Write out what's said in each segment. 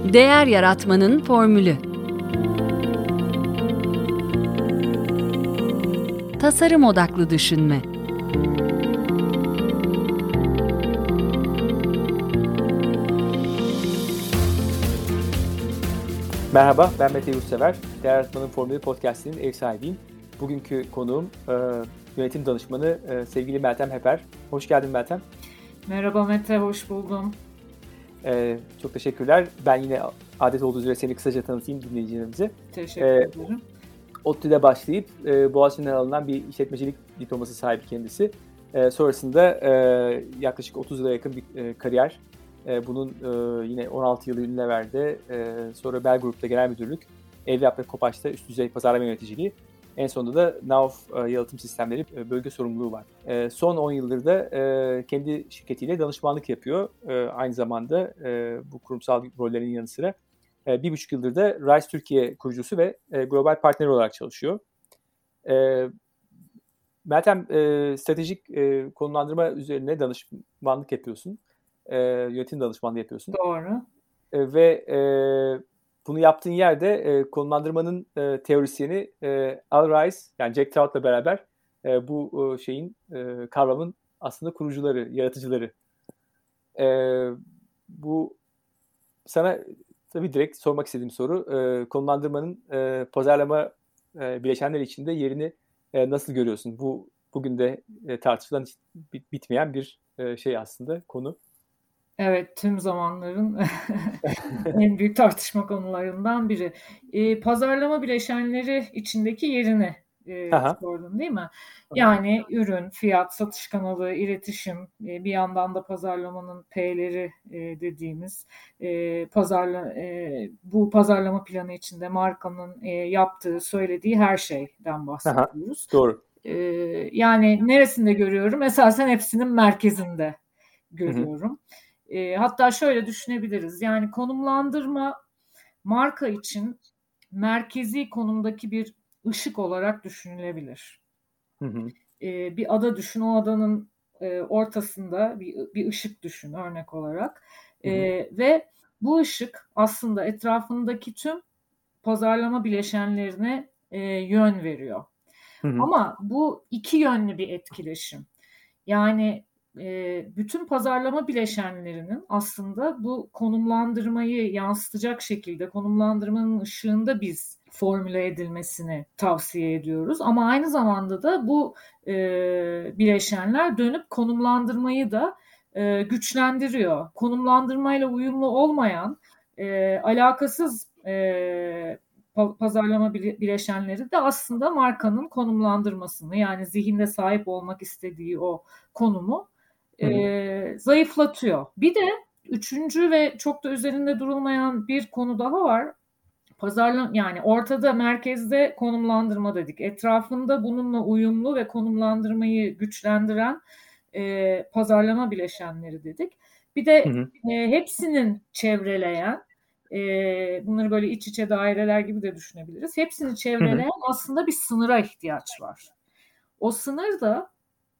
Değer yaratmanın formülü. Tasarım odaklı düşünme. Merhaba, ben Mete Yurtsever. Değer Yaratmanın Formülü Podcast'inin ev sahibiyim. Bugünkü konuğum yönetim danışmanı sevgili Meltem Heper. Hoş geldin Meltem. Merhaba Mete, hoş buldum. Çok teşekkürler. Ben yine adet olduğu üzere seni kısaca tanıtayım dinleyicilerimize. Teşekkür ederim. ODTÜ'de başlayıp Boğaziçi'nden alınan bir işletmecilik diploması sahibi kendisi. Sonrasında yaklaşık 30 yıla yakın bir kariyer. Bunun yine 16 yılı Unilever'de, sonra Bell Group'ta genel müdürlük, Evliya ve Kopaç'ta üst düzey pazarlama yöneticiliği. En sonunda da Nauf Yalıtım Sistemleri bölge sorumluluğu var. Son 10 yıldır da kendi şirketiyle danışmanlık yapıyor. Aynı zamanda bu kurumsal rollerinin yanı sıra 1,5 yıldır da Rise Türkiye kurucusu ve global partner olarak çalışıyor. Meltem, stratejik konumlandırma üzerine danışmanlık yapıyorsun. Yönetim danışmanlığı yapıyorsun. Doğru. Ve bunu yaptığın yerde konumlandırmanın teorisyeni Al Ries, yani Jack Trout'la beraber bu kavramın aslında kurucuları, yaratıcıları. Bu sana tabii direkt sormak istediğim soru, konumlandırmanın pazarlama bileşenleri içinde yerini nasıl görüyorsun? Bugün de tartışılan, hiç bitmeyen bir aslında konu. Evet, tüm zamanların en büyük tartışma konularından biri. Pazarlama bileşenleri içindeki yerini sordun değil mi? Yani ürün, fiyat, satış kanalı, iletişim, bir yandan da pazarlamanın P'leri dediğimiz bu pazarlama planı içinde markanın yaptığı, söylediği her şeyden bahsediyoruz. Doğru. Yani neresinde görüyorum? Esasen hepsinin merkezinde görüyorum. Hatta şöyle düşünebiliriz. Yani konumlandırma marka için merkezi konumdaki bir ışık olarak düşünülebilir. Bir ada düşün, o adanın ortasında bir ışık düşün örnek olarak. Ve bu ışık aslında etrafındaki tüm pazarlama bileşenlerine yön veriyor. Ama bu iki yönlü bir etkileşim. Yani bütün pazarlama bileşenlerinin aslında bu konumlandırmayı yansıtacak şekilde konumlandırmanın ışığında biz formüle edilmesini tavsiye ediyoruz. Ama aynı zamanda da bu bileşenler dönüp konumlandırmayı da güçlendiriyor. Konumlandırmayla uyumlu olmayan, alakasız pazarlama bileşenleri de aslında markanın konumlandırmasını, yani zihinde sahip olmak istediği o konumu zayıflatıyor. Bir de üçüncü ve çok da üzerinde durulmayan bir konu daha var. Yani ortada, merkezde konumlandırma dedik. Etrafında bununla uyumlu ve konumlandırmayı güçlendiren pazarlama bileşenleri dedik. Bir de hepsinin çevreleyen, bunları böyle iç içe daireler gibi de düşünebiliriz. Hepsini çevreleyen aslında bir sınıra ihtiyaç var. O sınır da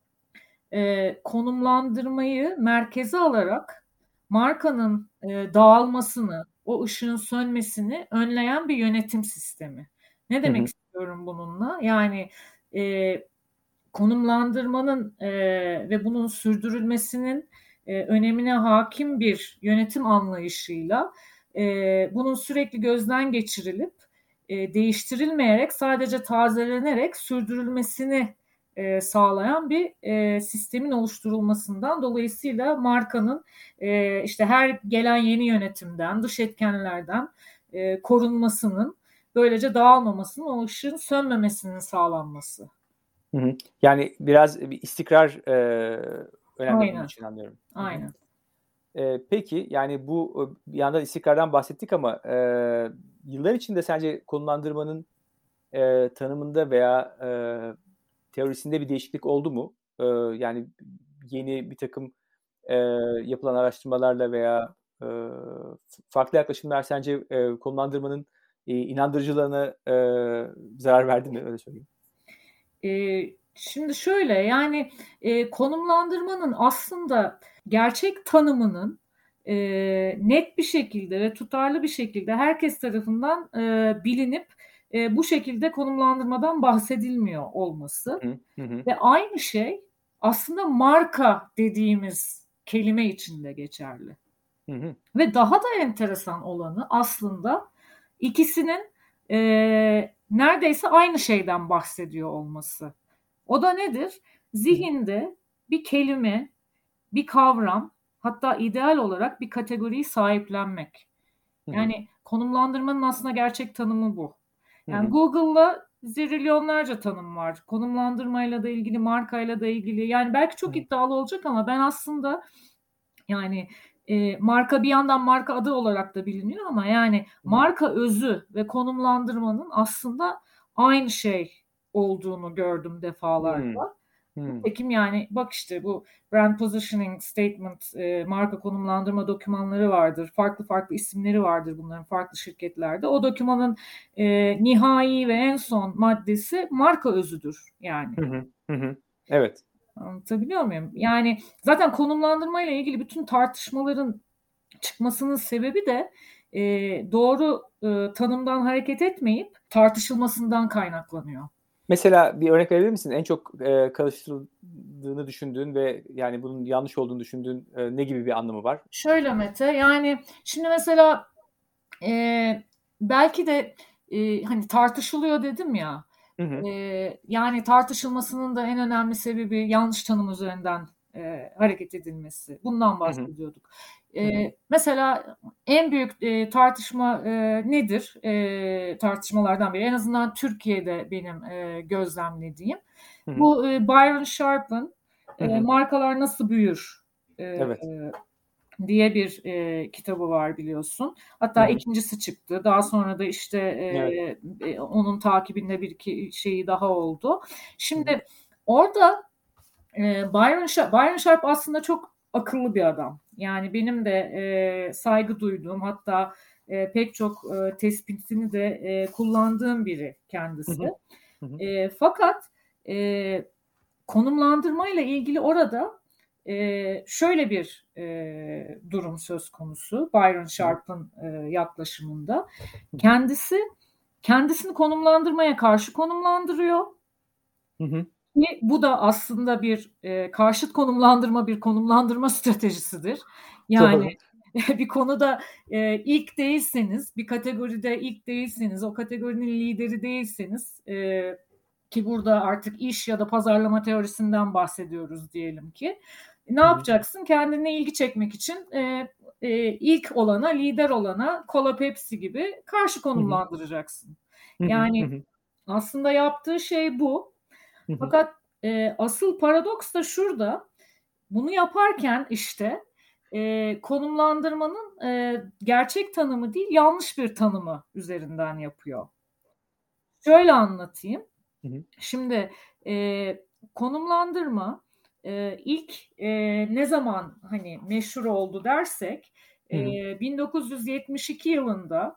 konumlandırmayı merkeze alarak markanın dağılmasını, o ışığın sönmesini önleyen bir yönetim sistemi. Ne demek istiyorum bununla? Yani konumlandırmanın ve bunun sürdürülmesinin önemine hakim bir yönetim anlayışıyla bunun sürekli gözden geçirilip değiştirilmeyerek, sadece tazelenerek sürdürülmesini sağlayan bir sistemin oluşturulmasından, dolayısıyla markanın işte her gelen yeni yönetimden, dış etkenlerden korunmasının, böylece dağılmamasının, o ışığın sönmemesinin sağlanması. Yani biraz bir istikrar önemli bunun için, anlıyorum. Aynen. Peki, yani bu bir yandan istikrardan bahsettik ama yıllar içinde sence konumlandırmanın tanımında veya teorisinde bir değişiklik oldu mu? Yani yeni bir takım yapılan araştırmalarla veya farklı yaklaşımlar sence konumlandırmanın inandırıcılığına zarar verdi mi? Öyle söyleyeyim. Şimdi şöyle, yani konumlandırmanın aslında gerçek tanımının net bir şekilde ve tutarlı bir şekilde herkes tarafından bilinip bu şekilde konumlandırmadan bahsedilmiyor olması. Ve aynı şey aslında marka dediğimiz kelime için de geçerli. Ve daha da enteresan olanı aslında ikisinin neredeyse aynı şeyden bahsediyor olması. O da nedir? Zihinde bir kelime, bir kavram, hatta ideal olarak bir kategoriyi sahiplenmek. Yani konumlandırmanın aslında gerçek tanımı bu. Yani Google'la zilyonerce tanım var. Konumlandırmayla da ilgili, markayla da ilgili. Yani belki çok iddialı olacak ama ben aslında yani marka bir yandan marka adı olarak da biliniyor ama yani marka özü ve konumlandırmanın aslında aynı şey olduğunu gördüm defalarca. Nitekim yani bak işte bu brand positioning statement, marka konumlandırma dokümanları vardır. Farklı farklı isimleri vardır bunların farklı şirketlerde. O dokümanın nihai ve en son maddesi marka özüdür yani. Evet. Anlatabiliyor muyum? Yani zaten konumlandırma ile ilgili bütün tartışmaların çıkmasının sebebi de doğru tanımdan hareket etmeyip tartışılmasından kaynaklanıyor. Mesela bir örnek verebilir misin? En çok karıştırıldığını düşündüğün ve yani bunun yanlış olduğunu düşündüğün ne gibi bir anlamı var? Şöyle Mete, yani şimdi mesela belki de hani tartışılıyor dedim ya. Yani tartışılmasının da en önemli sebebi yanlış tanım üzerinden hareket edilmesi. Bundan bahsediyorduk. Mesela en büyük tartışma nedir? Tartışmalardan biri. En azından Türkiye'de benim gözlemlediğim. Bu Byron Sharp'ın Markalar Nasıl Büyür Evet. diye bir kitabı var biliyorsun. Hatta ikincisi çıktı. Daha sonra da işte onun takibinde bir iki şeyi daha oldu. Şimdi orada Byron Sharp aslında çok akıllı bir adam. Yani benim de saygı duyduğum, hatta pek çok tespitini de kullandığım biri kendisi. Fakat konumlandırmayla ilgili orada şöyle bir durum söz konusu Byron Sharp'ın yaklaşımında. Kendisini konumlandırmaya karşı konumlandırıyor. Bu da aslında bir karşıt konumlandırma, bir konumlandırma stratejisidir. Yani bir konuda ilk değilseniz, bir kategoride ilk değilseniz, o kategorinin lideri değilseniz ki burada artık iş ya da pazarlama teorisinden bahsediyoruz diyelim ki. Ne yapacaksın? Kendine ilgi çekmek için ilk olana, lider olana, Cola Pepsi gibi karşı konumlandıracaksın. Yani aslında yaptığı şey bu. Fakat asıl paradoks da şurada. Bunu yaparken işte konumlandırmanın gerçek tanımı değil, yanlış bir tanımı üzerinden yapıyor. Şöyle anlatayım. Şimdi konumlandırma ilk ne zaman hani meşhur oldu dersek 1972 yılında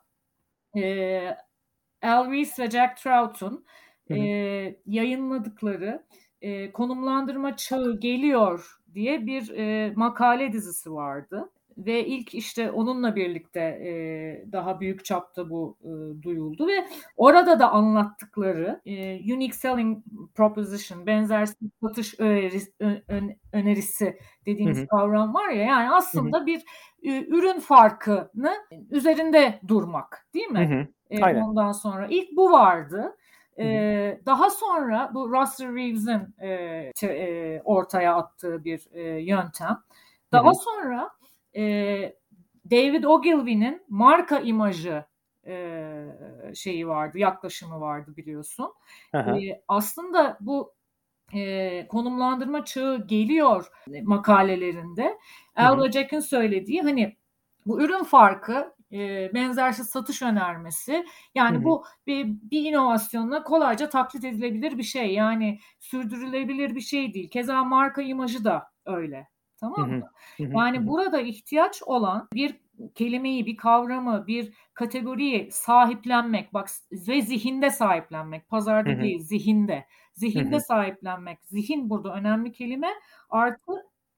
Al Ries ve Jack Trout'un yayınladıkları Konumlandırma Çağı Geliyor diye bir makale dizisi vardı. Ve ilk işte onunla birlikte daha büyük çapta bu duyuldu ve orada da anlattıkları Unique Selling Proposition, benzersiz satış önerisi dediğimiz kavram var ya, yani aslında bir ürün farkını üzerinde durmak, değil mi? Ondan sonra ilk bu vardı. Daha sonra bu Russell Reeves'in ortaya attığı bir yöntem. Daha sonra David Ogilvy'nin marka imajı şeyi vardı, yaklaşımı vardı biliyorsun. Aslında bu konumlandırma çağı geliyor makalelerinde Al ve Jack'ın söylediği hani bu ürün farkı, benzersiz satış önermesi, yani bu bir inovasyonla kolayca taklit edilebilir bir şey, yani sürdürülebilir bir şey değil. Keza marka imajı da öyle. Tamam mı? Yani burada ihtiyaç olan bir kelimeyi, bir kavramı, bir kategoriyi sahiplenmek, bak, ve zihinde sahiplenmek, pazarda değil, zihinde. Zihinde sahiplenmek. Zihin burada önemli kelime. Artı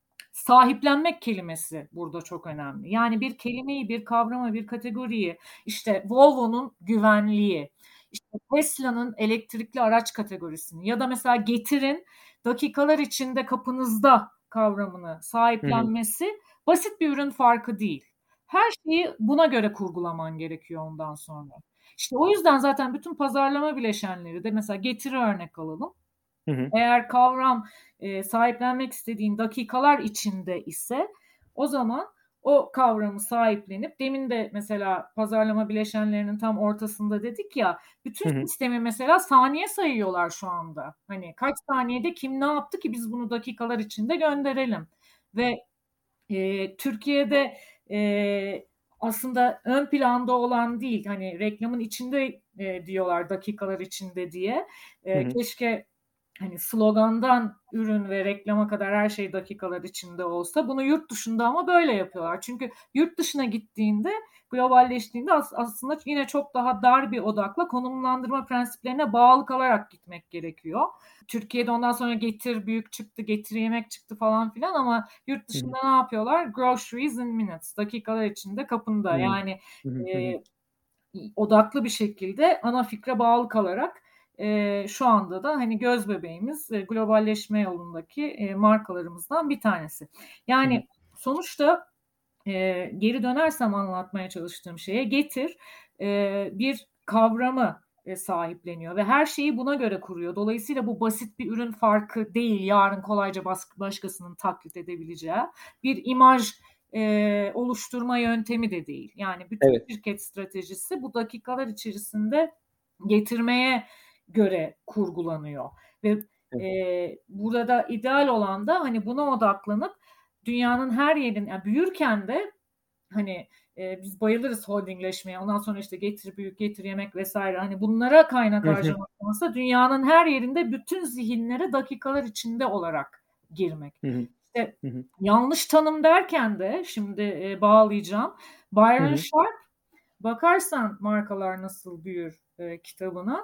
sahiplenmek kelimesi burada çok önemli. Yani bir kelimeyi, bir kavramı, bir kategoriyi, işte Volvo'nun güvenliği, işte Tesla'nın elektrikli araç kategorisini ya da mesela Getir'in dakikalar içinde kapınızda kavramını sahiplenmesi basit bir ürün farkı değil. Her şeyi buna göre kurgulaman gerekiyor ondan sonra. İşte o yüzden zaten bütün pazarlama bileşenleri de mesela Getir'i örnek alalım. Eğer kavram sahiplenmek istediğin dakikalar içinde ise o zaman o kavramı sahiplenip, demin de mesela pazarlama bileşenlerinin tam ortasında dedik ya, bütün sistemi mesela saniye sayıyorlar şu anda. Hani kaç saniyede kim ne yaptı ki biz bunu dakikalar içinde gönderelim. Ve Türkiye'de aslında ön planda olan değil, hani reklamın içinde diyorlar dakikalar içinde diye. Keşke hani slogandan ürün ve reklama kadar her şey dakikalar içinde olsa. Bunu yurt dışında ama böyle yapıyorlar. Çünkü yurt dışına gittiğinde, globalleştiğinde aslında yine çok daha dar bir odakla konumlandırma prensiplerine bağlı kalarak gitmek gerekiyor. Türkiye'de ondan sonra Getir büyük çıktı, Getir yemek çıktı falan filan, ama yurt dışında ne yapıyorlar? Groceries in minutes, dakikalar içinde kapında. Yani odaklı bir şekilde ana fikre bağlı kalarak şu anda da hani göz bebeğimiz globalleşme yolundaki markalarımızdan bir tanesi. Yani sonuçta geri dönersem anlatmaya çalıştığım şeye, Getir bir kavramı sahipleniyor ve her şeyi buna göre kuruyor. Dolayısıyla bu basit bir ürün farkı değil, yarın kolayca başkasının taklit edebileceği bir imaj oluşturma yöntemi de değil. Yani bütün şirket stratejisi bu dakikalar içerisinde getirmeye göre kurgulanıyor ve burada ideal olan da hani buna odaklanıp dünyanın her yerine, yani büyürken de hani biz bayılırız holdingleşmeye. Ondan sonra işte Getir büyük, Getir yemek vesaire. Hani bunlara kaynak harcamaktansa dünyanın her yerinde bütün zihinlere dakikalar içinde olarak girmek. İşte yanlış tanım derken de şimdi bağlayacağım. Byron Sharp, bakarsan Markalar Nasıl Büyür kitabına,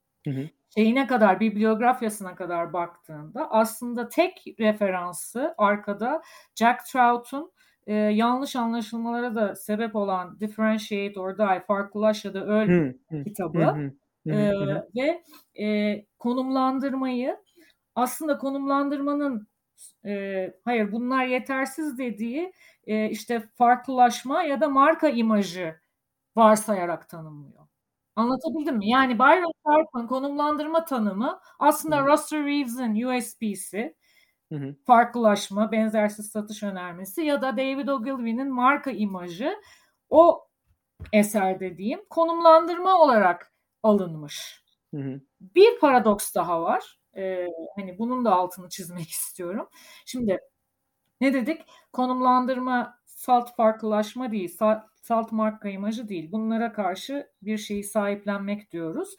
şeyine kadar, bibliografyasına kadar baktığında aslında tek referansı arkada Jack Trout'un yanlış anlaşılmalara da sebep olan Differentiate or Die, Farklılaş ya da Öl kitabı ve konumlandırmayı, aslında konumlandırmanın hayır bunlar yetersiz dediği işte farklılaşma ya da marka imajı varsayarak tanımlıyor. Anlatabildim mi? Yani Byron Sharp'ın konumlandırma tanımı aslında Russell Reeves'in USP'si, farklılaşma, benzersiz satış önermesi, ya da David Ogilvy'nin marka imajı, o eser dediğim konumlandırma olarak alınmış. Bir paradoks daha var. Hani bunun da altını çizmek istiyorum. Şimdi ne dedik? Konumlandırma salt farklılaşma değil, salt marka imajı değil. Bunlara karşı bir şeyi sahiplenmek diyoruz.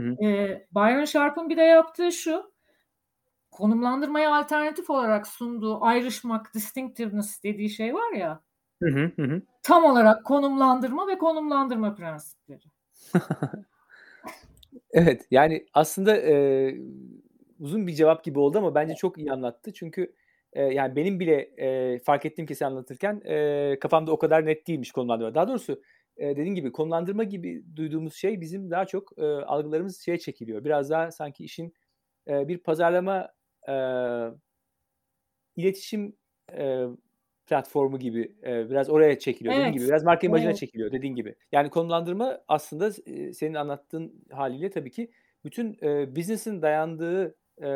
Byron Sharp'ın bir de yaptığı şu: konumlandırmaya alternatif olarak sunduğu ayrışmak, distinctiveness dediği şey var ya, tam olarak konumlandırma ve konumlandırma prensipleri. Evet, yani aslında uzun bir cevap gibi oldu ama bence çok iyi anlattı. Çünkü yani benim bile fark ettiğim kesi anlatırken kafamda o kadar net değilmiş konumlandırma. Daha doğrusu dediğim gibi konumlandırma gibi duyduğumuz şey bizim daha çok algılarımız şeye çekiliyor. Biraz daha sanki işin bir pazarlama iletişim platformu gibi biraz oraya çekiliyor. Dediğin gibi biraz marka imajına çekiliyor dediğin gibi. Yani konumlandırma aslında senin anlattığın haliyle tabii ki bütün business'in dayandığı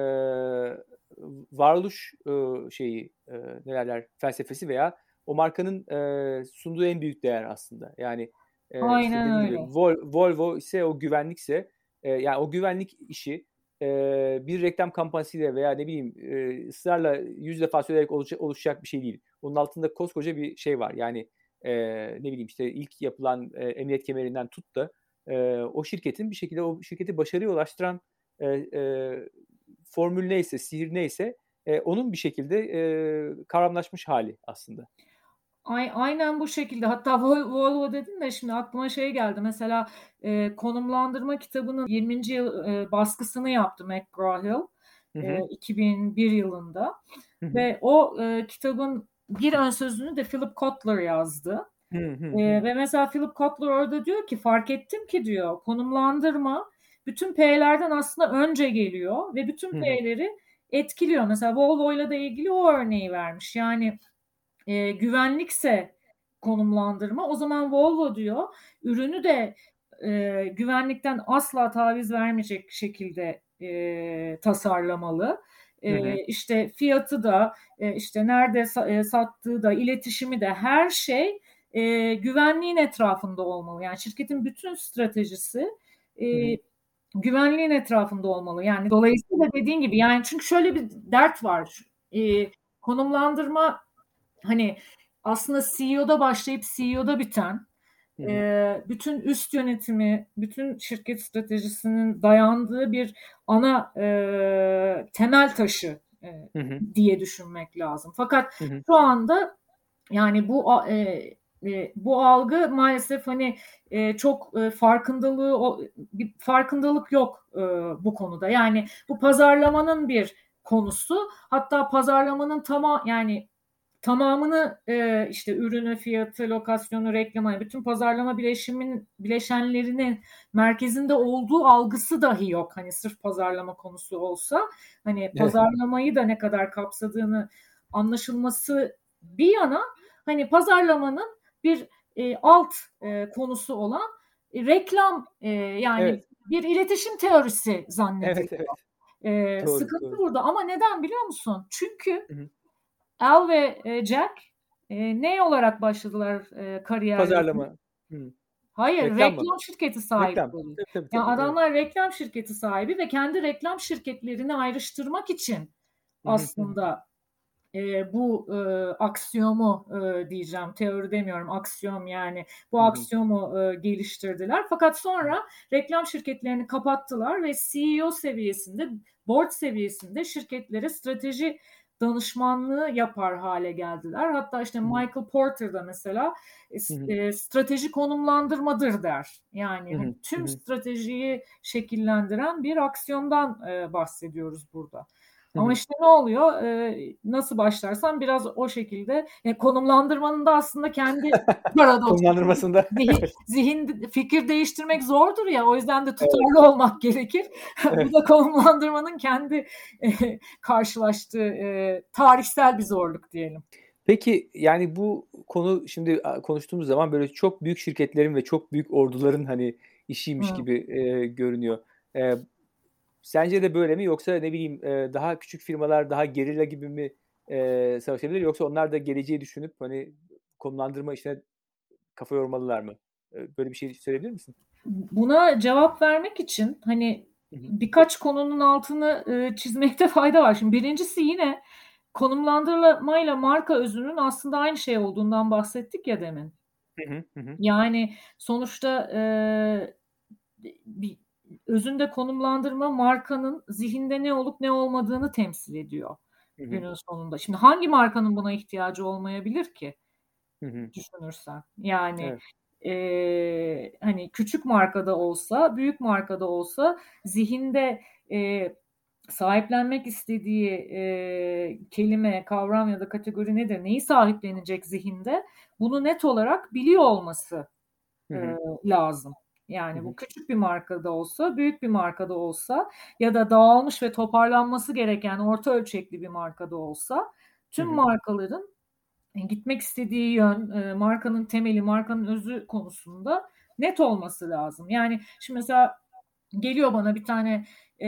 varoluş şeyi ne derler, felsefesi veya o markanın sunduğu en büyük değer aslında. Yani işte dediğim gibi Volvo ise o güvenlikse yani o güvenlik işi bir reklam kampanyasıyla veya ne bileyim ısrarla 100 defa söyleyerek oluşacak bir şey değil. Onun altında koskoca bir şey var. Yani ne bileyim işte ilk yapılan emniyet kemerinden tut da o şirketin bir şekilde o şirketi başarıya ulaştıran formül neyse, sihir neyse onun bir şekilde kavramlaşmış hali aslında. Aynen bu şekilde. Hatta Volvo dedin de şimdi aklıma şey geldi. Mesela konumlandırma kitabının 20. yıl baskısını yaptı McGraw-Hill 2001 yılında. Ve o kitabın bir ön sözünü de Philip Kotler yazdı. Ve mesela Philip Kotler orada diyor ki fark ettim ki diyor konumlandırma bütün P'lerden aslında önce geliyor ve bütün P'leri etkiliyor. Mesela Volvo'yla da ilgili o örneği vermiş. Yani güvenlikse konumlandırma o zaman Volvo diyor ürünü de güvenlikten asla taviz vermeyecek şekilde tasarlamalı. İşte fiyatı da işte nerede sattığı da iletişimi de her şey güvenliğin etrafında olmalı. Yani şirketin bütün stratejisi güvenliğin etrafında olmalı. Yani dolayısıyla dediğin gibi yani çünkü şöyle bir dert var. Konumlandırma hani aslında CEO'da başlayıp CEO'da biten bütün üst yönetimi, bütün şirket stratejisinin dayandığı bir ana temel taşı diye düşünmek lazım. Fakat şu anda yani bu algı maalesef hani çok bir farkındalık yok bu konuda. Yani bu pazarlamanın bir konusu. Hatta pazarlamanın tamamını işte ürünü, fiyatı, lokasyonu, reklamı, bütün pazarlama bileşenlerinin merkezinde olduğu algısı dahi yok. Hani sırf pazarlama konusu olsa hani pazarlamayı da ne kadar kapsadığını anlaşılması bir yana hani pazarlamanın bir alt konusu olan reklam yani bir iletişim teorisi zannediliyor. Doğru, Sıkıntı doğru. burada ama neden biliyor musun? Çünkü Al ve Jack ne olarak başladılar kariyerlerine? Pazarlama. Hayır, reklam şirketi sahipleri. Tabii, yani adamlar reklam şirketi sahibi ve kendi reklam şirketlerini ayrıştırmak için aslında bu aksiyomu diyeceğim, teori demiyorum, aksiyom yani bu aksiyomu geliştirdiler. Fakat sonra reklam şirketlerini kapattılar ve CEO seviyesinde, board seviyesinde şirketlere strateji danışmanlığı yapar hale geldiler. Hatta işte Michael Porter da mesela strateji konumlandırmadır der. Yani hani tüm stratejiyi şekillendiren bir aksiyondan bahsediyoruz burada. Ama işte ne oluyor? Nasıl başlarsan biraz o şekilde konumlandırmanın da aslında kendi paradoksu. Konumlandırmasında. Zihin fikir değiştirmek zordur ya. O yüzden de tutarlı olmak gerekir. Bu da konumlandırmanın kendi karşılaştığı tarihsel bir zorluk diyelim. Peki yani bu konu şimdi konuştuğumuz zaman böyle çok büyük şirketlerin ve çok büyük orduların hani işiymiş gibi görünüyor. Sence de böyle mi yoksa ne bileyim daha küçük firmalar daha gerilla gibi mi savaşabilir yoksa onlar da geleceği düşünüp hani konumlandırma işine kafa yormalılar mı? Böyle bir şey söyleyebilir misin? Buna cevap vermek için hani birkaç konunun altını çizmekte fayda var. Şimdi birincisi yine konumlandırmayla marka özünün aslında aynı şey olduğundan bahsettik ya demin. Yani sonuçta özünde konumlandırma markanın zihinde ne olup ne olmadığını temsil ediyor günün sonunda. Şimdi hangi markanın buna ihtiyacı olmayabilir ki düşünürsen? Yani hani küçük markada olsa, büyük markada olsa zihinde sahiplenmek istediği kelime, kavram ya da kategori nedir? Neyi sahiplenecek zihinde? Bunu net olarak biliyor olması lazım. Yani bu küçük bir markada olsa, büyük bir markada olsa ya da dağılmış ve toparlanması gereken orta ölçekli bir markada olsa tüm markaların gitmek istediği yön, markanın temeli, markanın özü konusunda net olması lazım. Yani şimdi mesela geliyor bana bir tane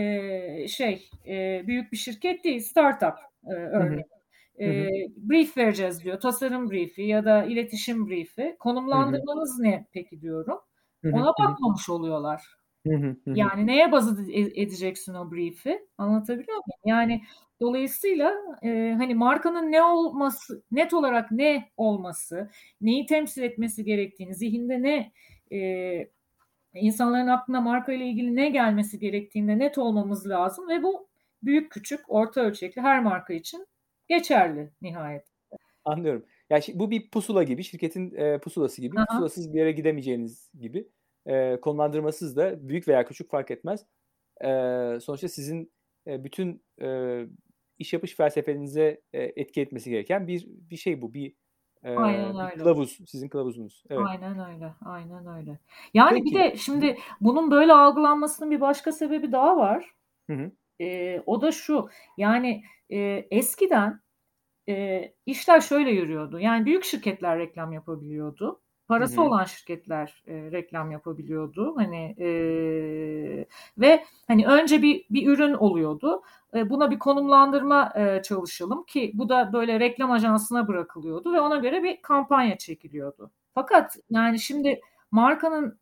büyük bir şirket değil, startup örneğin. Brief vereceğiz diyor, tasarım briefi ya da iletişim briefi. Konumlandırmanız ne peki diyorum. Ona bakmamış oluyorlar. Yani neye baz edeceksin o brief'i? Anlatabiliyor muyum? Yani dolayısıyla hani markanın ne olması, net olarak ne olması, neyi temsil etmesi gerektiğini, zihinde ne insanların aklına marka ile ilgili ne gelmesi gerektiğinde net olmamız lazım ve bu büyük küçük orta ölçekli her marka için geçerli nihayet. Anlıyorum. Yani bu bir pusula gibi, şirketin pusulası gibi. Aha. Pusulasız bir yere gidemeyeceğiniz gibi. Konumlandırmasız da büyük veya küçük fark etmez. Sonuçta sizin bütün iş yapış felsefenize etki etmesi gereken bir şey bu. Bir Aynen bir öyle. kılavuz, sizin kılavuzunuz. Evet. Aynen öyle. Aynen öyle. Yani bir Peki. de şimdi bunun böyle algılanmasının bir başka sebebi daha var. Hı hı. O da şu. Yani eskiden işler şöyle yürüyordu. Yani büyük şirketler reklam yapabiliyordu. Parası Hı hı. olan şirketler reklam yapabiliyordu. Hani ve hani önce bir ürün oluyordu. Buna bir konumlandırma çalışalım ki bu da böyle reklam ajansına bırakılıyordu ve ona göre bir kampanya çekiliyordu. Fakat yani şimdi markanın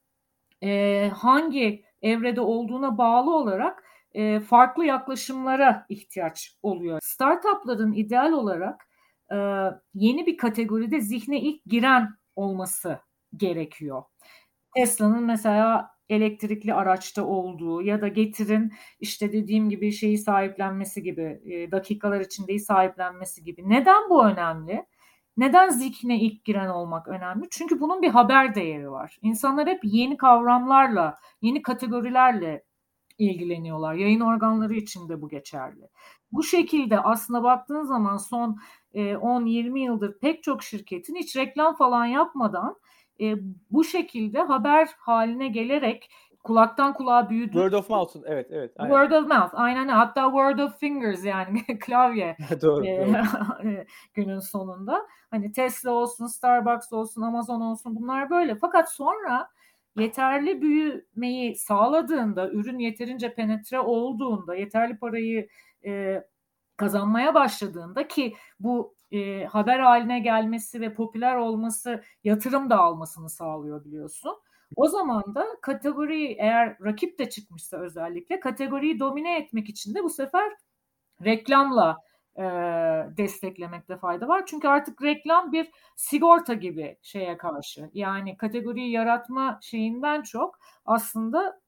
hangi evrede olduğuna bağlı olarak farklı yaklaşımlara ihtiyaç oluyor. Startupların ideal olarak yeni bir kategoride zihne ilk giren olması gerekiyor. Tesla'nın mesela elektrikli araçta olduğu ya da Getir'in işte dediğim gibi şeyi sahiplenmesi gibi, dakikalar içinde sahiplenmesi gibi. Neden bu önemli? Neden zihne ilk giren olmak önemli? Çünkü bunun bir haber değeri var. İnsanlar hep yeni kavramlarla, yeni kategorilerle ilgileniyorlar. Yayın organları için de bu geçerli. Bu şekilde aslında baktığın zaman son 10-20 yıldır pek çok şirketin hiç reklam falan yapmadan bu şekilde haber haline gelerek kulaktan kulağa büyüdü. Word of mouth. Evet, evet. Aynen. Word of mouth. Aynen. Hatta word of fingers yani klavye Doğru, doğru. günün sonunda. Hani Tesla olsun, Starbucks olsun, Amazon olsun bunlar böyle. Fakat sonra yeterli büyümeyi sağladığında, ürün yeterince penetre olduğunda, yeterli parayı kazanmaya başladığında ki bu haber haline gelmesi ve popüler olması yatırım da almasını sağlıyor biliyorsun. O zaman da kategoriyi eğer rakip de çıkmışsa özellikle kategoriyi domine etmek için de bu sefer reklamla desteklemekte fayda var. Çünkü artık reklam bir sigorta gibi şeye karşı. Yani kategoriyi yaratma şeyinden çok aslında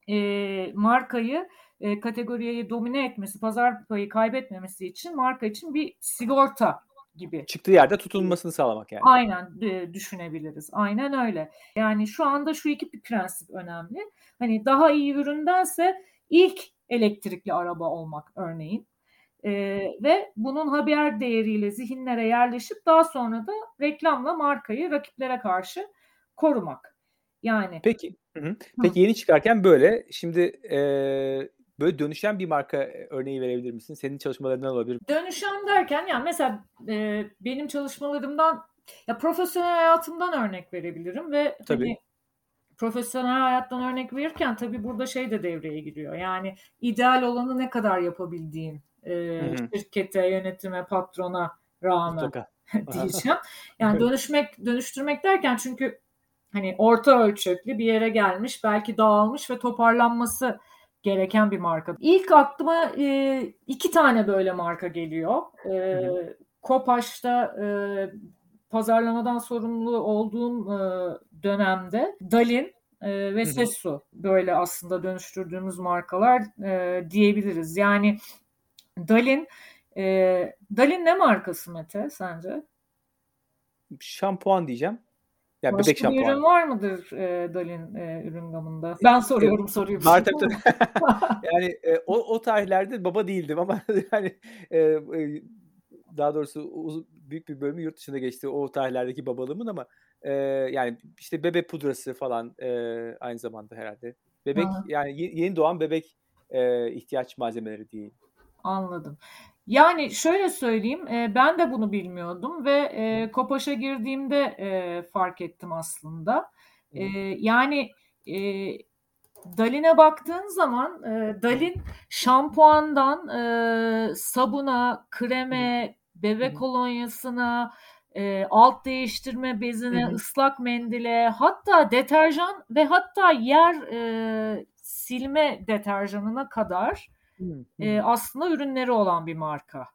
markayı kategoriyi domine etmesi, pazar payı kaybetmemesi için marka için bir sigorta gibi. Çıktığı yerde tutulmasını sağlamak yani. Aynen düşünebiliriz. Aynen öyle. Yani şu anda şu iki prensip önemli. Hani daha iyi üründense ilk elektrikli araba olmak örneğin. Ve bunun haber değeriyle zihinlere yerleşip daha sonra da reklamla markayı rakiplere karşı korumak. Yani. Peki. Hı. Peki yeni çıkarken böyle. Şimdi böyle dönüşen bir marka örneği verebilir misin? Senin çalışmalarından olabilir. Dönüşen derken yani mesela benim çalışmalarımdan ya profesyonel hayatımdan örnek verebilirim ve Tabii. hani profesyonel hayattan örnek verirken tabii burada şey de devreye giriyor. Yani ideal olanı ne kadar yapabildiğin şirkete, yönetime, patrona rağmen diyeceğim. Yani dönüştürmek derken çünkü hani orta ölçekli bir yere gelmiş, belki dağılmış ve toparlanması gereken bir marka. İlk aklıma 2 tane böyle marka geliyor. Kopaş'ta pazarlamadan sorumlu olduğum dönemde Dalin ve Sesu böyle aslında dönüştürdüğümüz markalar diyebiliriz. Yani Dalin ne markası Mete sence? Şampuan diyeceğim. Yani başka bebek şampuanı. bir ürün var mıdır Dalin ürün gamında? Ben soruyorum soruyu. Var tabii. Yani o tarihlerde baba değildim ama yani daha doğrusu büyük bir bölümü yurt dışında geçti o tarihlerdeki babalığımın ama yani işte bebek pudrası falan aynı zamanda herhalde. Bebek yani yeni doğan bebek ihtiyaç malzemeleri değil. Anladım. Yani şöyle söyleyeyim, ben de bunu bilmiyordum ve Kopaş'a girdiğimde fark ettim aslında. Yani Dalin'e baktığın zaman Dalin şampuandan sabuna, kreme, bebek kolonyasına, alt değiştirme bezine, ıslak mendile, hatta deterjan ve hatta yer silme deterjanına kadar aslında ürünleri olan bir marka.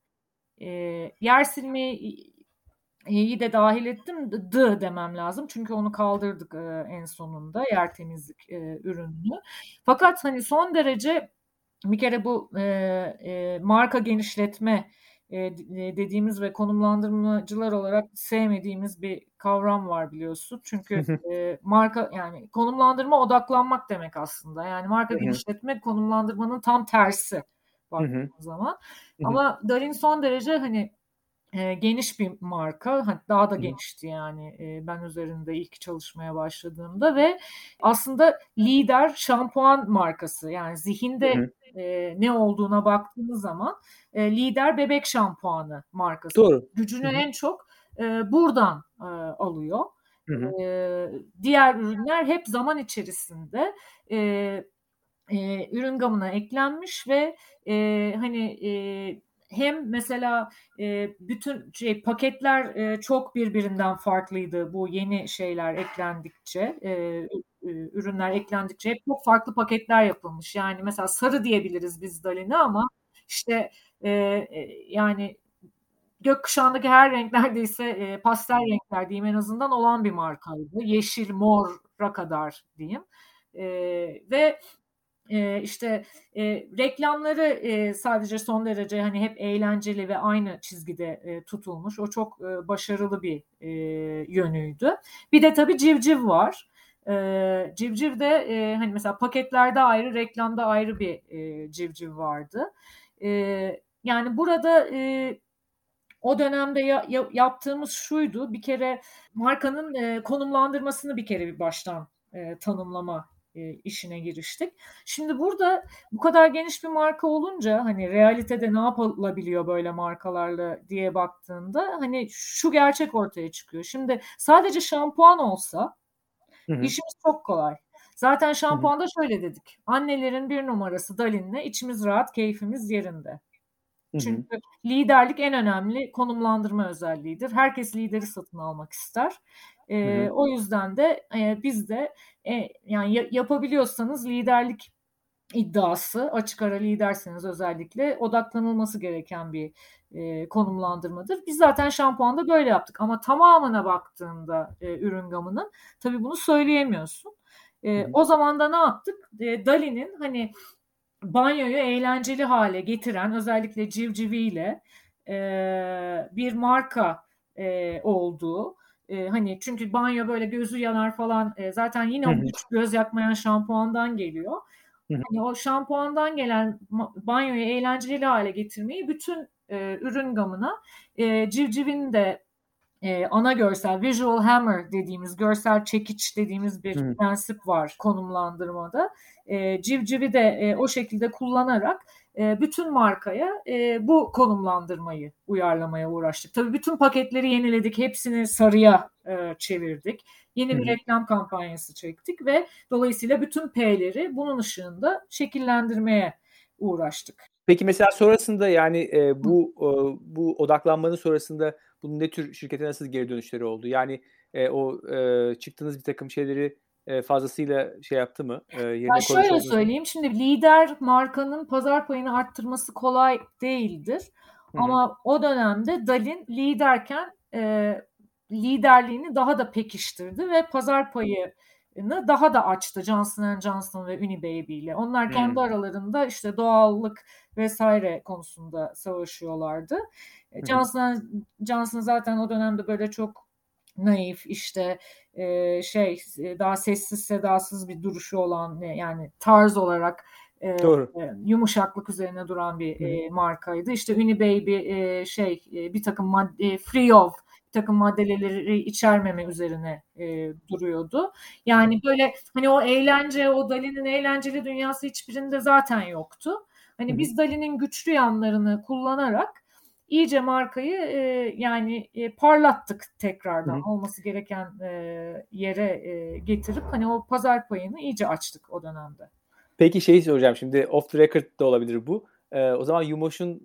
Yer silmeyi de dahil ettim. Demem lazım. Çünkü onu kaldırdık en sonunda yer temizlik ürününü. Fakat hani son derece bir kere bu marka genişletme dediğimiz ve konumlandırmacılar olarak sevmediğimiz bir kavram var biliyorsun. Çünkü marka yani konumlandırma odaklanmak demek aslında. Yani marka genişletme konumlandırmanın tam tersi baktığımız zaman. Hı hı. Ama Darin son derece hani geniş bir marka, daha da genişti yani ben üzerinde ilk çalışmaya başladığımda ve aslında lider şampuan markası, yani zihinde ne olduğuna baktığınız zaman lider bebek şampuanı markası. Doğru. Gücünü en çok buradan alıyor. Hı hı. Diğer ürünler hep zaman içerisinde ürün gamına eklenmiş ve hani hem mesela bütün paketler çok birbirinden farklıydı bu yeni şeyler eklendikçe, ürünler eklendikçe hep çok farklı paketler yapılmış. Yani mesela sarı diyebiliriz biz Dalin'e ama işte yani gökkuşağındaki her renk neredeyse pastel renkler diyeyim en azından olan bir markaydı. Yeşil, mora kadar diyeyim. Ve işte reklamları sadece son derece hani hep eğlenceli ve aynı çizgide tutulmuş. O çok başarılı bir yönüydü. Bir de tabii civciv var. Civciv de hani mesela paketlerde ayrı, reklamda ayrı bir civciv vardı. Yani burada o dönemde yaptığımız şuydu. Bir kere markanın konumlandırmasını bir baştan tanımlama işine giriştik. Şimdi burada bu kadar geniş bir marka olunca hani realitede ne yapılabiliyor böyle markalarla diye baktığında hani şu gerçek ortaya çıkıyor. Şimdi sadece şampuan olsa işimiz çok kolay. Zaten şampuanda şöyle dedik. Annelerin bir numarası Dalin'le içimiz rahat, keyfimiz yerinde. Çünkü liderlik en önemli konumlandırma özelliğidir. Herkes lideri satın almak ister. O yüzden de biz de yani yapabiliyorsanız liderlik iddiası, açık ara liderseniz özellikle odaklanılması gereken bir konumlandırmadır. Biz zaten şampuanda böyle yaptık ama tamamına baktığında ürün gamının tabii bunu söyleyemiyorsun. O zaman da ne yaptık? Dalin'in hani banyoyu eğlenceli hale getiren özellikle civciviyle bir marka olduğu, hani çünkü banyo böyle gözü yanar falan, zaten yine o göz yakmayan şampuandan geliyor. Hani o şampuandan gelen banyoyu eğlenceli hale getirmeyi bütün ürün gamına civcivin de ana görsel, visual hammer dediğimiz, görsel çekiç dediğimiz bir prensip var konumlandırmada. Civcivi de o şekilde kullanarak bütün markaya bu konumlandırmayı uyarlamaya uğraştık. Tabii bütün paketleri yeniledik, hepsini sarıya çevirdik. Yeni bir reklam kampanyası çektik ve dolayısıyla bütün P'leri bunun ışığında şekillendirmeye uğraştık. Peki mesela sonrasında yani bu odaklanmanın sonrasında bunun ne tür şirkete nasıl geri dönüşleri oldu? Yani çıktığınız bir takım şeyleri fazlasıyla şey yaptı mı? Yerine koymuş Şöyle oldunuz mu? söyleyeyim, şimdi lider markanın pazar payını arttırması kolay değildir. Ama o dönemde Dalin liderken liderliğini daha da pekiştirdi ve pazar payını daha da açtı Johnson & Johnson ve Unibaby ile. Onlar kendi aralarında işte doğallık vesaire konusunda savaşıyorlardı. Johnson & Johnson zaten o dönemde böyle çok naif, işte daha sessiz sedasız bir duruşu olan, yani tarz olarak yumuşaklık üzerine duran bir markaydı. İşte Unibaby bir takım free of bir takım maddeleri içermeme üzerine duruyordu. Yani böyle hani o eğlence, o Dalin'in eğlenceli dünyası hiçbirinde zaten yoktu. Hani biz Dalin'in güçlü yanlarını kullanarak iyice markayı yani parlattık tekrardan. Olması gereken yere getirip hani o pazar payını iyice açtık o dönemde. Peki şeyi soracağım şimdi, off the record da olabilir bu. O zaman Yumoş'un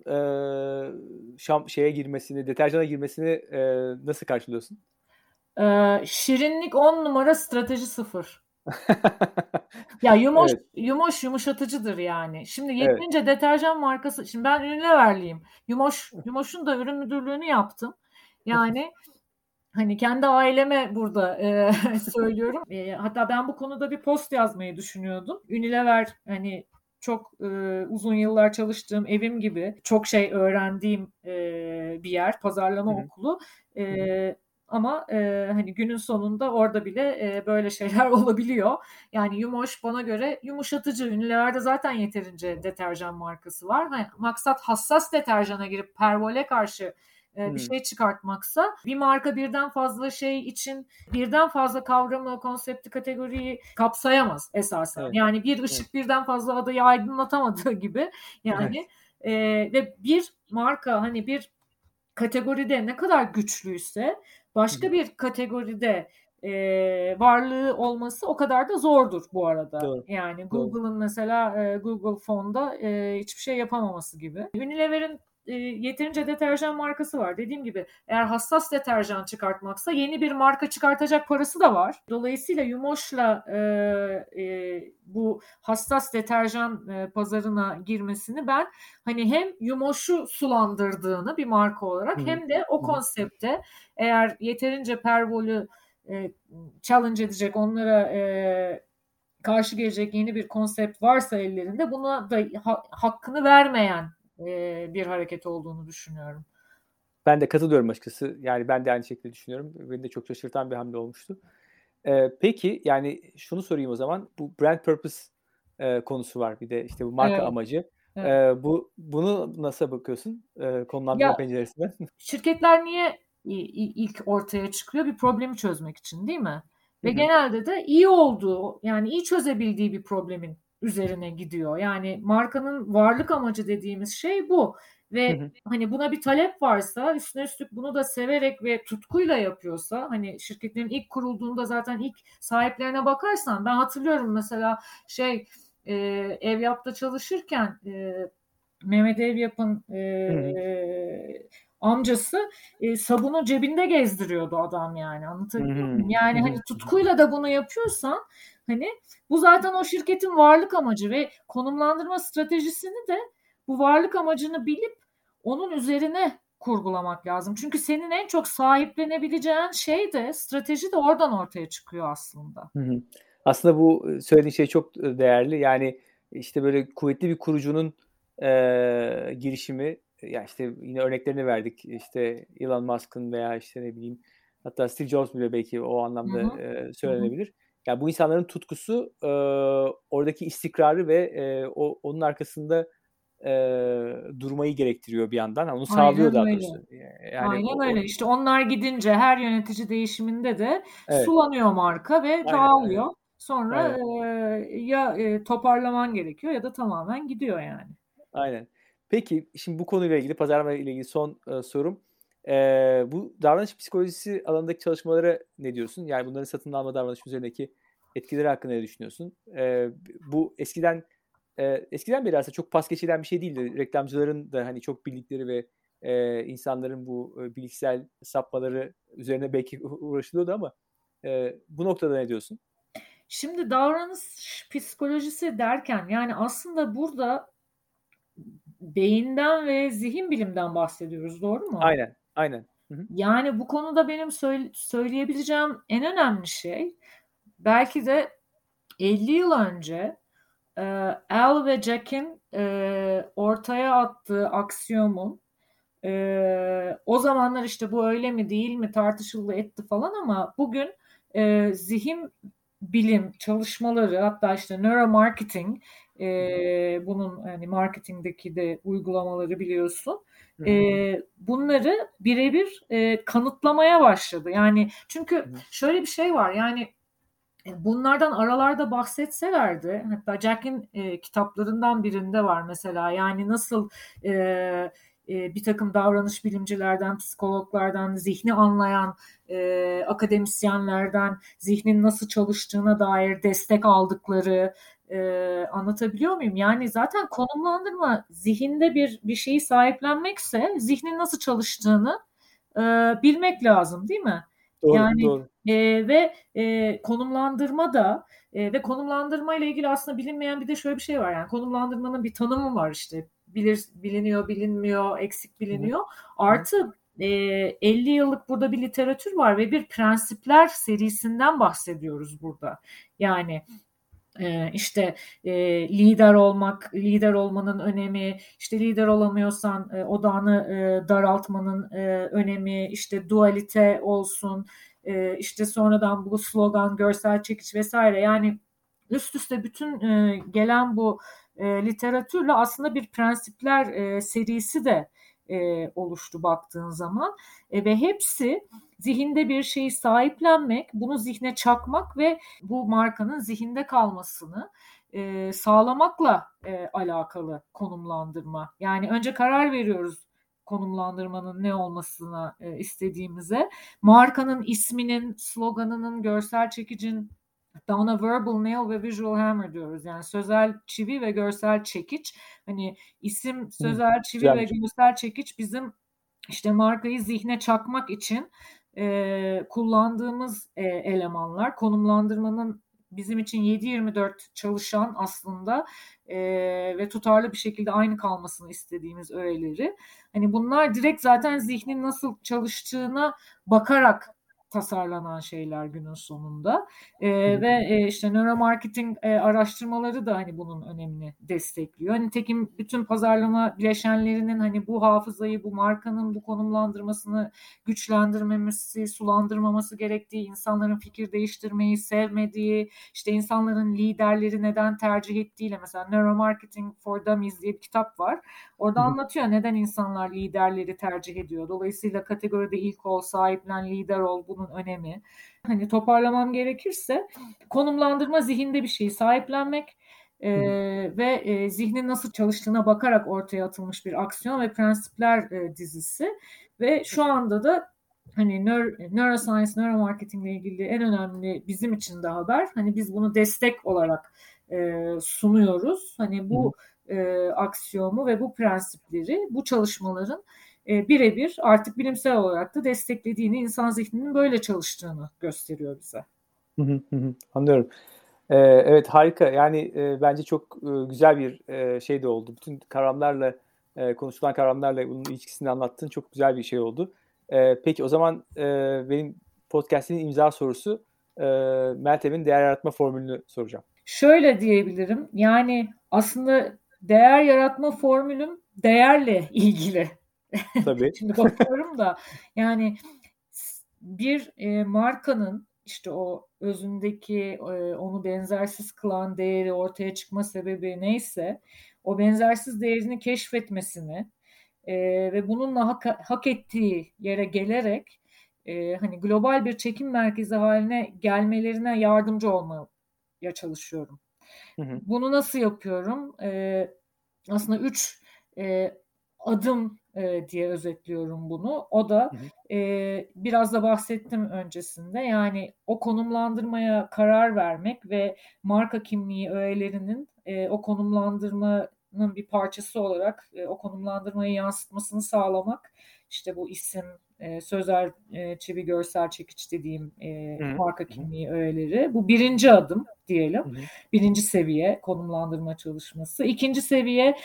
deterjana girmesini nasıl karşılıyorsun? Şirinlik 10 numara, strateji 0. Ya Yumoş yumuşatıcıdır yani. Şimdi yeterince deterjan markası. Şimdi ben Unilever'liyim. Yumoş'un da ürün müdürlüğünü yaptım. Yani hani kendi aileme burada söylüyorum. Hatta ben bu konuda bir post yazmayı düşünüyordum. Unilever hani çok uzun yıllar çalıştığım evim gibi, çok şey öğrendiğim bir yer, pazarlama okulu. Ama hani günün sonunda orada bile böyle şeyler olabiliyor. Yani Yumoş bana göre yumuşatıcı. Unilever'de zaten yeterince deterjan markası var. Hani maksat hassas deterjana girip pervole karşı bir şey çıkartmaksa, bir marka birden fazla şey için birden fazla kavramı, konsepti, kategoriyi kapsayamaz esasen. Evet. Yani bir ışık birden fazla adayı aydınlatamadığı gibi yani ve bir marka hani bir kategoride ne kadar güçlüyse başka bir kategoride varlığı olması o kadar da zordur bu arada. Doğru. Yani Doğru. Google'ın mesela Google Phone'da hiçbir şey yapamaması gibi. Unilever'in yeterince deterjan markası var. Dediğim gibi eğer hassas deterjan çıkartmaksa yeni bir marka çıkartacak parası da var. Dolayısıyla Yumoş'la bu hassas deterjan pazarına girmesini ben hani hem Yumoş'u sulandırdığını bir marka olarak hem de o konsepte eğer yeterince pervolü challenge edecek, onlara karşı gelecek yeni bir konsept varsa ellerinde buna da hakkını vermeyen bir hareket olduğunu düşünüyorum. Ben de katılıyorum açıkçası. Yani ben de aynı şekilde düşünüyorum. Beni de çok şaşırtan bir hamle olmuştu. Peki yani şunu sorayım o zaman. Bu brand purpose konusu var. Bir de işte bu marka amacı. Evet. Bunu nasıl bakıyorsun konumlandırma penceresinden? Şirketler niye ilk ortaya çıkıyor? Bir problemi çözmek için değil mi? Ve genelde de iyi olduğu, yani iyi çözebildiği bir problemin üzerine gidiyor. Yani markanın varlık amacı dediğimiz şey bu. Ve hani buna bir talep varsa, üstüne üstlük bunu da severek ve tutkuyla yapıyorsa, hani şirketlerin ilk kurulduğunda zaten ilk sahiplerine bakarsan, ben hatırlıyorum mesela Evyap'ta çalışırken Mehmet Evyap'ın amcası sabunu cebinde gezdiriyordu adam, yani anlatabiliyor muyum? Yani hani tutkuyla da bunu yapıyorsan hani bu zaten o şirketin varlık amacı ve konumlandırma stratejisini de bu varlık amacını bilip onun üzerine kurgulamak lazım. Çünkü senin en çok sahiplenebileceğin şey de, strateji de oradan ortaya çıkıyor aslında. Aslında bu söylediğin şey çok değerli. Yani işte böyle kuvvetli bir kurucunun girişimi, ya işte yine örneklerini verdik. İşte Elon Musk'ın veya işte ne bileyim, hatta Steve Jobs bile belki o anlamda söylenebilir. Yani bu insanların tutkusu oradaki istikrarı ve onun arkasında durmayı gerektiriyor bir yandan. Onu sağlıyor daha doğrusu. Yani Aynen öyle. İşte onlar gidince her yönetici değişiminde de evet. sulanıyor marka ve dağılıyor. Aynen. Sonra ya toparlaman gerekiyor ya da tamamen gidiyor yani. Aynen. Peki şimdi bu konuyla ilgili, pazarlama ile ilgili son sorum. Bu davranış psikolojisi alanındaki çalışmalara ne diyorsun? Yani bunların satın alma davranış üzerindeki etkileri hakkında ne düşünüyorsun? Bu eskiden beri aslında çok pas geçilen bir şey değildi. Reklamcıların da hani çok bildikleri ve insanların bu bilişsel sapmaları üzerine belki uğraşılıyordu ama bu noktada ne diyorsun? Şimdi davranış psikolojisi derken yani aslında burada beyinden ve zihin bilimden bahsediyoruz, doğru mu? Aynen. Yani bu konuda benim söyleyebileceğim en önemli şey, belki de 50 yıl önce Al ve Jack'in ortaya attığı aksiyomun o zamanlar işte bu öyle mi değil mi tartışıldı etti falan, ama bugün zihin bilim çalışmaları, hatta işte neuromarketing, bunun hani marketingdeki de uygulamaları biliyorsun. Bunları birebir kanıtlamaya başladı. Yani çünkü şöyle bir şey var, yani bunlardan aralarda bahsetselerdi, hatta Jack'in kitaplarından birinde var mesela, yani nasıl bir takım davranış bilimcilerden, psikologlardan, zihni anlayan akademisyenlerden zihnin nasıl çalıştığına dair destek aldıkları, anlatabiliyor muyum? Yani zaten konumlandırma zihinde bir şeyi sahiplenmekse zihnin nasıl çalıştığını bilmek lazım, değil mi? Doğru. Ve konumlandırma da ve konumlandırma ile ilgili aslında bilinmeyen bir de şöyle bir şey var. Yani konumlandırmanın bir tanımı var işte. Biliniyor, bilinmiyor, eksik biliniyor. Artı 50 yıllık burada bir literatür var ve bir prensipler serisinden bahsediyoruz burada. Yani İşte lider olmanın önemi, işte lider olamıyorsan odağını daraltmanın önemi, işte dualite olsun, işte sonradan bu slogan, görsel çekiç vesaire, yani üst üste bütün gelen bu literatürle aslında bir prensipler serisi de oluştu baktığın zaman, ve hepsi zihinde bir şeyi sahiplenmek, bunu zihne çakmak ve bu markanın zihinde kalmasını sağlamakla alakalı konumlandırma. Yani önce karar veriyoruz konumlandırmanın ne olmasına istediğimize. Markanın isminin, sloganının, görsel çekicin, hatta ona verbal nail ve visual hammer diyoruz. Yani sözel çivi ve görsel çekiç. Hani isim, sözel çivi ve görsel çekiç bizim işte markayı zihne çakmak için kullandığımız elemanlar. Konumlandırmanın bizim için 7/24 çalışan aslında ve tutarlı bir şekilde aynı kalmasını istediğimiz öğeleri. Hani bunlar direkt zaten zihnin nasıl çalıştığına bakarak tasarlanan şeyler günün sonunda. Ve işte nöromarketing araştırmaları da hani bunun önemini destekliyor. Hani tekim bütün pazarlama bileşenlerinin hani bu hafızayı, bu markanın bu konumlandırmasını güçlendirmemesi, sulandırmaması gerektiği, insanların fikir değiştirmeyi sevmediği, işte insanların liderleri neden tercih ettiğiyle, mesela Neuromarketing for Dummies diye bir kitap var. Orada anlatıyor neden insanlar liderleri tercih ediyor. Dolayısıyla kategoride ilk ol, sahiplen, lider ol, bunun önemi. Hani toparlamam gerekirse konumlandırma zihinde bir şeyi sahiplenmek ve zihnin nasıl çalıştığına bakarak ortaya atılmış bir aksiyon ve prensipler dizisi. Ve şu anda da hani neuroscience, neuromarketing ile ilgili en önemli bizim için de haber. Hani biz bunu destek olarak sunuyoruz. Hani bu aksiyomu ve bu prensipleri, bu çalışmaların birebir artık bilimsel olarak da desteklediğini, insan zihninin böyle çalıştığını gösteriyor bize. Anlıyorum. Evet, harika. Yani bence çok güzel bir şey de oldu. Bütün kavramlarla, konuşulan kavramlarla bunun ilişkisini anlattığın çok güzel bir şey oldu. Peki o zaman benim podcast'in imza sorusu, Meltem'in değer yaratma formülünü soracağım. Şöyle diyebilirim. Yani aslında değer yaratma formülüm değerle ilgili. Tabii. Şimdi bakıyorum da yani bir markanın işte o özündeki onu benzersiz kılan değeri ortaya çıkma sebebi neyse, o benzersiz değerini keşfetmesini ve bununla hak ettiği yere gelerek hani global bir çekim merkezi haline gelmelerine yardımcı olmaya çalışıyorum. Bunu nasıl yapıyorum? Aslında 3 adım diye özetliyorum bunu. O da biraz da bahsettim öncesinde. Yani o konumlandırmaya karar vermek ve marka kimliği öğelerinin o konumlandırmanın bir parçası olarak o konumlandırmayı yansıtmasını sağlamak. İşte bu isim, sözel çivi, görsel çekiç dediğim marka kimliği öğeleri. Bu birinci adım diyelim. Birinci seviye konumlandırma çalışması. İkinci seviye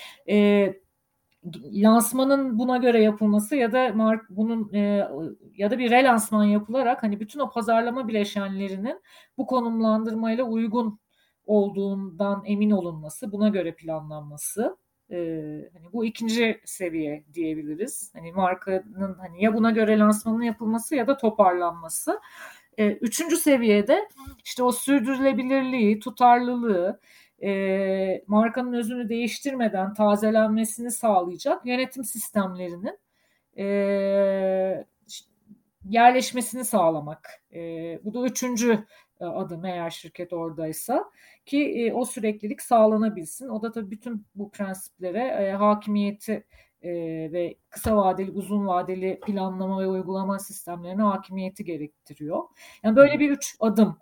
lansmanın buna göre yapılması ya da bunun ya da bir relansman yapılarak hani bütün o pazarlama bileşenlerinin bu konumlandırmayla uygun olduğundan emin olunması, buna göre planlanması. Hani bu ikinci seviye diyebiliriz. Hani markanın hani ya buna göre lansmanın yapılması ya da toparlanması. Üçüncü seviyede işte o sürdürülebilirliği, tutarlılığı, markanın özünü değiştirmeden tazelenmesini sağlayacak yönetim sistemlerinin yerleşmesini sağlamak. Bu da üçüncü adım eğer şirket oradaysa, ki o süreklilik sağlanabilsin. O da tabii bütün bu prensiplere hakimiyeti ve kısa vadeli, uzun vadeli planlama ve uygulama sistemlerine hakimiyeti gerektiriyor. Yani böyle bir 3 adım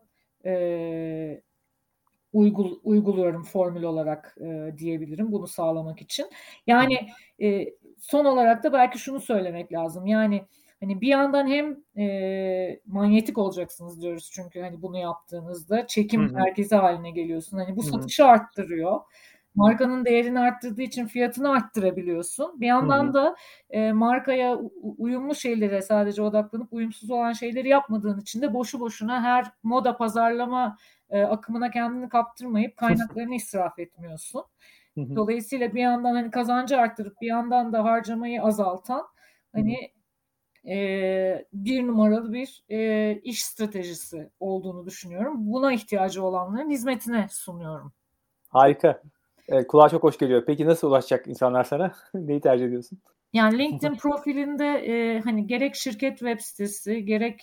uyguluyorum formül olarak diyebilirim bunu sağlamak için. Yani son olarak da belki şunu söylemek lazım. Yani hani bir yandan hem manyetik olacaksınız diyoruz, çünkü hani bunu yaptığınızda çekim merkezi haline geliyorsun. Hani bu satışı arttırıyor. markanın değerini arttırdığı için fiyatını arttırabiliyorsun. Bir yandan da markaya uyumlu şeylere sadece odaklanıp uyumsuz olan şeyleri yapmadığın için de boşu boşuna her moda pazarlama akımına kendini kaptırmayıp kaynaklarını israf etmiyorsun. Dolayısıyla bir yandan hani kazancı arttırıp bir yandan da harcamayı azaltan hani bir numaralı bir iş stratejisi olduğunu düşünüyorum. Buna ihtiyacı olanların hizmetine sunuyorum. Harika. Kulağa çok hoş geliyor. Peki nasıl ulaşacak insanlar sana? Neyi tercih ediyorsun? Yani LinkedIn profilinde hani gerek şirket web sitesi gerek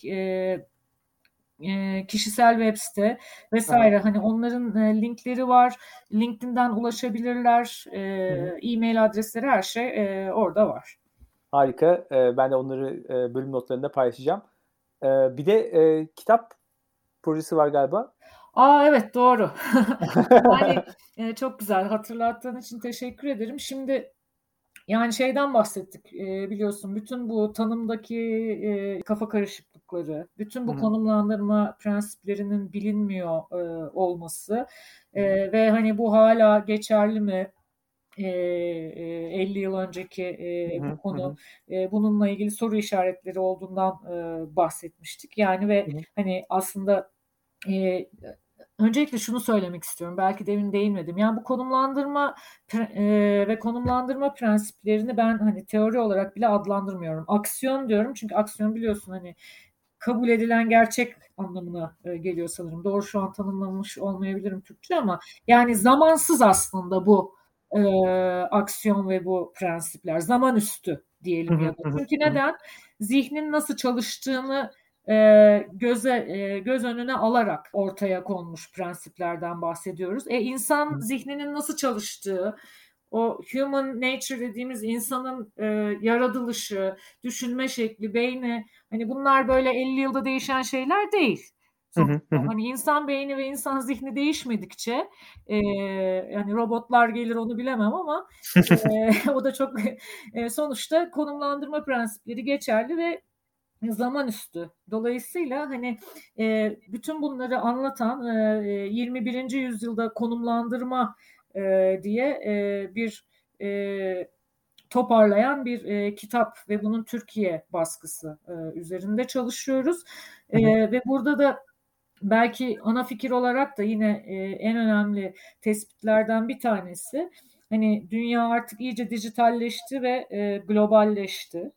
kişisel web site vesaire hani onların linkleri var. LinkedIn'den ulaşabilirler. E-mail adresleri her şey orada var. Harika. Ben de onları bölüm notlarında paylaşacağım. Bir de kitap projesi var galiba. Evet doğru. Yani çok güzel hatırlattığın için teşekkür ederim. Şimdi yani şeyden bahsettik biliyorsun bütün bu tanımdaki kafa karışıklıkları, bütün bu konumlandırma prensiplerinin bilinmiyor olması ve hani bu hala geçerli mi? 50 yıl önceki bu konu bununla ilgili soru işaretleri olduğundan bahsetmiştik. Yani ve hani aslında öncelikle şunu söylemek istiyorum. Belki demin değinmedim. Yani bu konumlandırma ve konumlandırma prensiplerini ben hani teori olarak bile adlandırmıyorum. Aksiyon diyorum çünkü aksiyon biliyorsun hani kabul edilen gerçek anlamına geliyor sanırım. Doğru şu an tanımlamış olmayabilirim Türkçe ama yani zamansız aslında bu aksiyon ve bu prensipler. Zaman üstü diyelim ya da. Çünkü neden? Zihnin nasıl çalıştığını göz önüne alarak ortaya konmuş prensiplerden bahsediyoruz. İnsan zihninin nasıl çalıştığı, o human nature dediğimiz insanın yaratılışı, düşünme şekli, beyni hani bunlar böyle 50 yılda değişen şeyler değil. Hani insan beyni ve insan zihni değişmedikçe yani robotlar gelir onu bilemem ama o da çok sonuçta konumlandırma prensipleri geçerli ve zaman üstü. Dolayısıyla hani bütün bunları anlatan 21. yüzyılda konumlandırma diye bir toparlayan bir kitap ve bunun Türkiye baskısı üzerinde çalışıyoruz. Ve burada da belki ana fikir olarak da yine en önemli tespitlerden bir tanesi hani dünya artık iyice dijitalleşti ve globalleşti.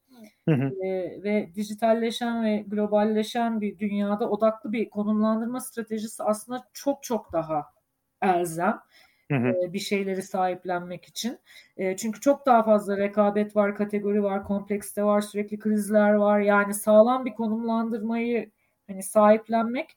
Ve dijitalleşen ve globalleşen bir dünyada odaklı bir konumlandırma stratejisi aslında çok çok daha elzem bir şeyleri sahiplenmek için. Çünkü çok daha fazla rekabet var, kategori var, kompleksite var, sürekli krizler var. Yani sağlam bir konumlandırmayı hani sahiplenmek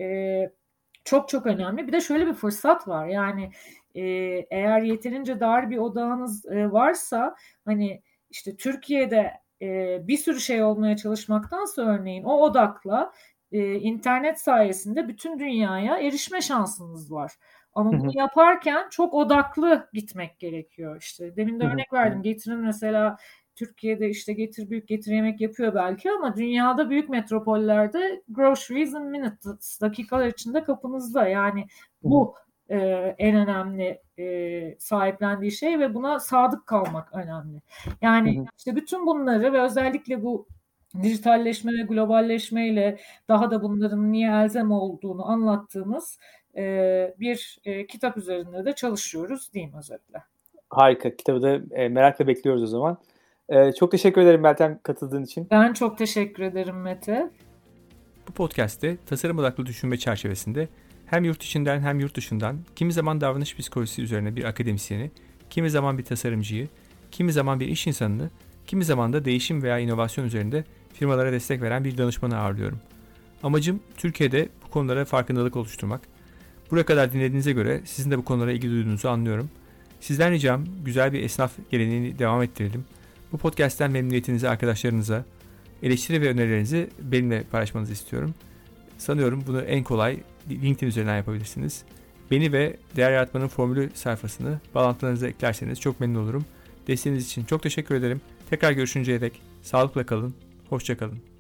çok çok önemli. Bir de şöyle bir fırsat var. Yani eğer yeterince dar bir odağınız varsa hani işte Türkiye'de bir sürü şey olmaya çalışmaktansa örneğin o odakla internet sayesinde bütün dünyaya erişme şansınız var. Ama bunu yaparken çok odaklı gitmek gerekiyor. İşte demin de örnek verdim. Getir'in mesela Türkiye'de işte Getir büyük Getir yemek yapıyor belki ama dünyada büyük metropollerde groceries in minutes dakikalar içinde kapınızda. Yani bu en önemli sahiplendiği şey ve buna sadık kalmak önemli. Yani işte bütün bunları ve özellikle bu dijitalleşme ve globalleşmeyle daha da bunların niye elzem olduğunu anlattığımız bir kitap üzerinde de çalışıyoruz diyeyim özetle. Harika. Kitabı da merakla bekliyoruz o zaman. Çok teşekkür ederim Meltem katıldığın için. Ben çok teşekkür ederim Mete. Bu podcast'te tasarım odaklı düşünme çerçevesinde hem yurt içinden hem yurt dışından kimi zaman davranış psikolojisi üzerine bir akademisyeni, kimi zaman bir tasarımcıyı, kimi zaman bir iş insanını, kimi zaman da değişim veya inovasyon üzerinde firmalara destek veren bir danışmanı ağırlıyorum. Amacım Türkiye'de bu konulara farkındalık oluşturmak. Buraya kadar dinlediğinize göre sizin de bu konulara ilgi duyduğunuzu anlıyorum. Sizden ricam güzel bir esnaf geleneğini devam ettirelim. Bu podcast'ten memnuniyetinizi arkadaşlarınıza, eleştiri ve önerilerinizi benimle paylaşmanızı istiyorum. Sanıyorum bunu en kolay LinkedIn üzerinden yapabilirsiniz. Beni ve Değer Yaratmanın Formülü sayfasını bağlantılarınıza eklerseniz çok memnun olurum. Desteğiniz için çok teşekkür ederim. Tekrar görüşünceye dek sağlıkla kalın, hoşça kalın.